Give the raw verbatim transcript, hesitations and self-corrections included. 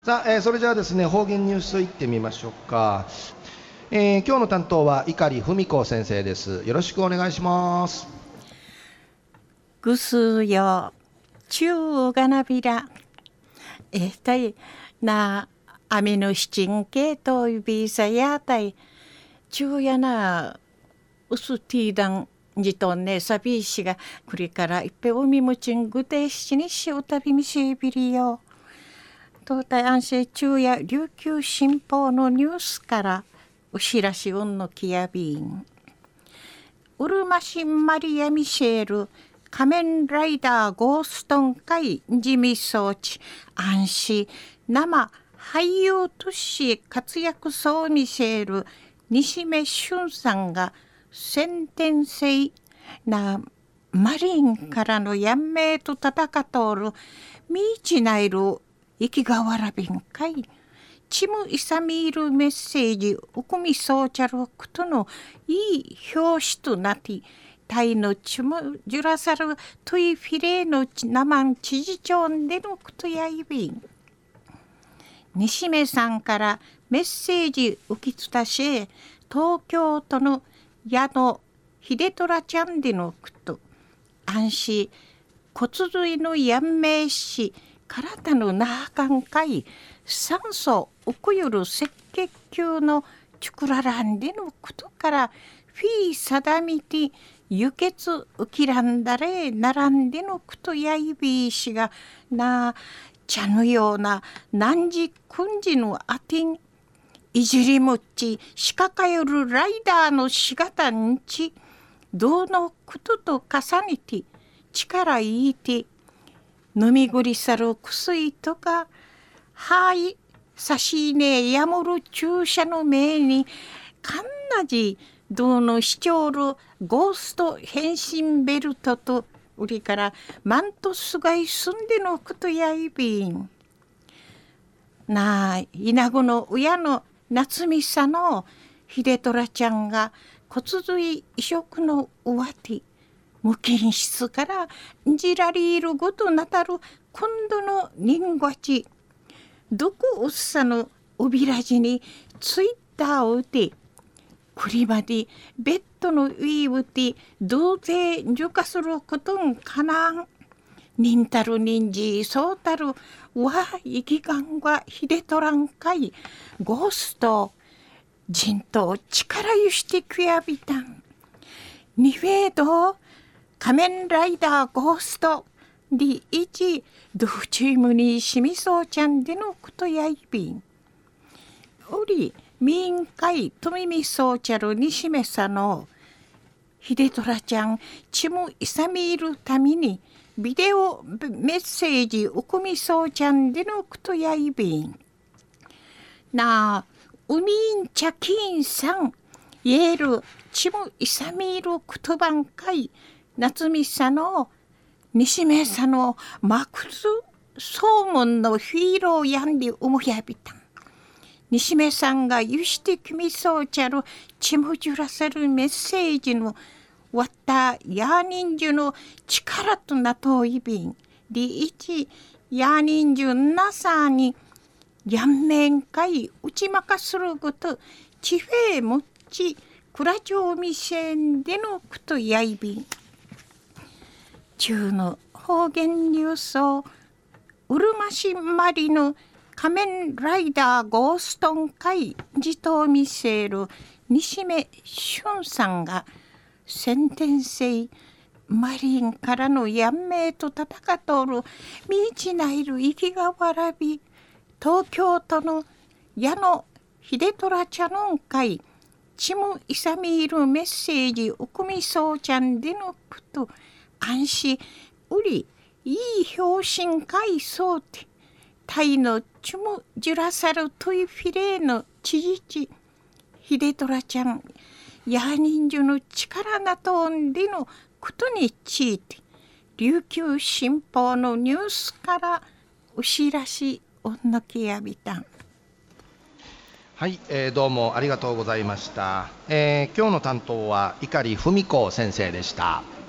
さあ、えーそれじゃあですね、方言ニュースいってみましょうか。えー今日の担当は碇文子先生です。よろしくお願いします。 ぐすよ中がなびらえたいなあみの七んけといびさやたい中やなうすティーダンじとんねさびしがくりからいっぺおみむちんぐてしにしおたびみしびりよ東大安政中や琉球新報のニュースからうしらしうんのきやびんうるましマリア・ミシェル仮面ライダーゴーストン会地味装置安心生俳優として活躍そうミシェル西目俊さんが先天性なマリンからのやんめいと戦っとるみちないる生きがわらびんかいチムイサミールメッセージウクミソーチャルクとのいい表紙となってタイのチムジュラサルトイフィレーのナマン知事長でのクトやいびん西目さんからメッセージ受き伝し東京都の矢野秀虎ちゃんでのクト安心骨髄のやんめいし体のなあかんかい酸素おくゆる赤血球のチュクラランでのことからフィーサダミティ輸血ウキランダレ並んでのことやいびいしがな茶のような何時くんじのあてんいじりむっちしかかよるライダーのしがたんちどのことと重ねて力いいて飲みぐりさる薬とかはいさしねやもる注射の目にかんなじどのしちょうるゴースト変身ベルトと売りからマントスがいすんでのことやいびんなあ稲子の親の夏美さの秀虎ちゃんが骨髄移植の上手無菌室からじらりいるごとなたる今度の人ごちどこうっさのおびらじにツイッターを打てくりまでベッドの上をて同性受化することんかなん忍たる忍じそうたるわ生きがんがひでとらんかいゴースト人と力ゆしてくやびたんにフェード仮面ライダーゴースト第一同チームにしみそうちゃんでのことやいびんおり民会とみみそうちゃるにしめさの秀虎ちゃんちむいさみいるためにビデオメッセージうくみそうちゃんでのことやいびんなあうみんちゃきんさんイエールちむいさみいることばんかい夏美さの西目さのマクス総門のヒーローやんでおもやびたん西目さんがゆしてきみそうちゃるちむじゅらせるメッセージのわったやーにんじゅの力となといびんりいちやーにんじゅなさにやんめんかいうちまかすることちフェーもっちくらちょうみせんでのことやいびん中の方言ニュースをうるましまりの仮面ライダーゴーストン会じと見せる西目俊さんが先天性マリンからのやんめいと戦っとるみちないる生きがわらび東京都の矢野秀虎茶の会ちむいさみいるメッセージうくみそうちゃんでのこと安心うりいい表紙かいそうてタイのチュムジュラサルトイフィレーの知事地秀虎ちゃんヤーニンジュの力なとんでのことについて琉球新報のニュースからうしらしおんのきやびたんはい、えーどうもありがとうございました。えー今日の担当は碇文子先生でした。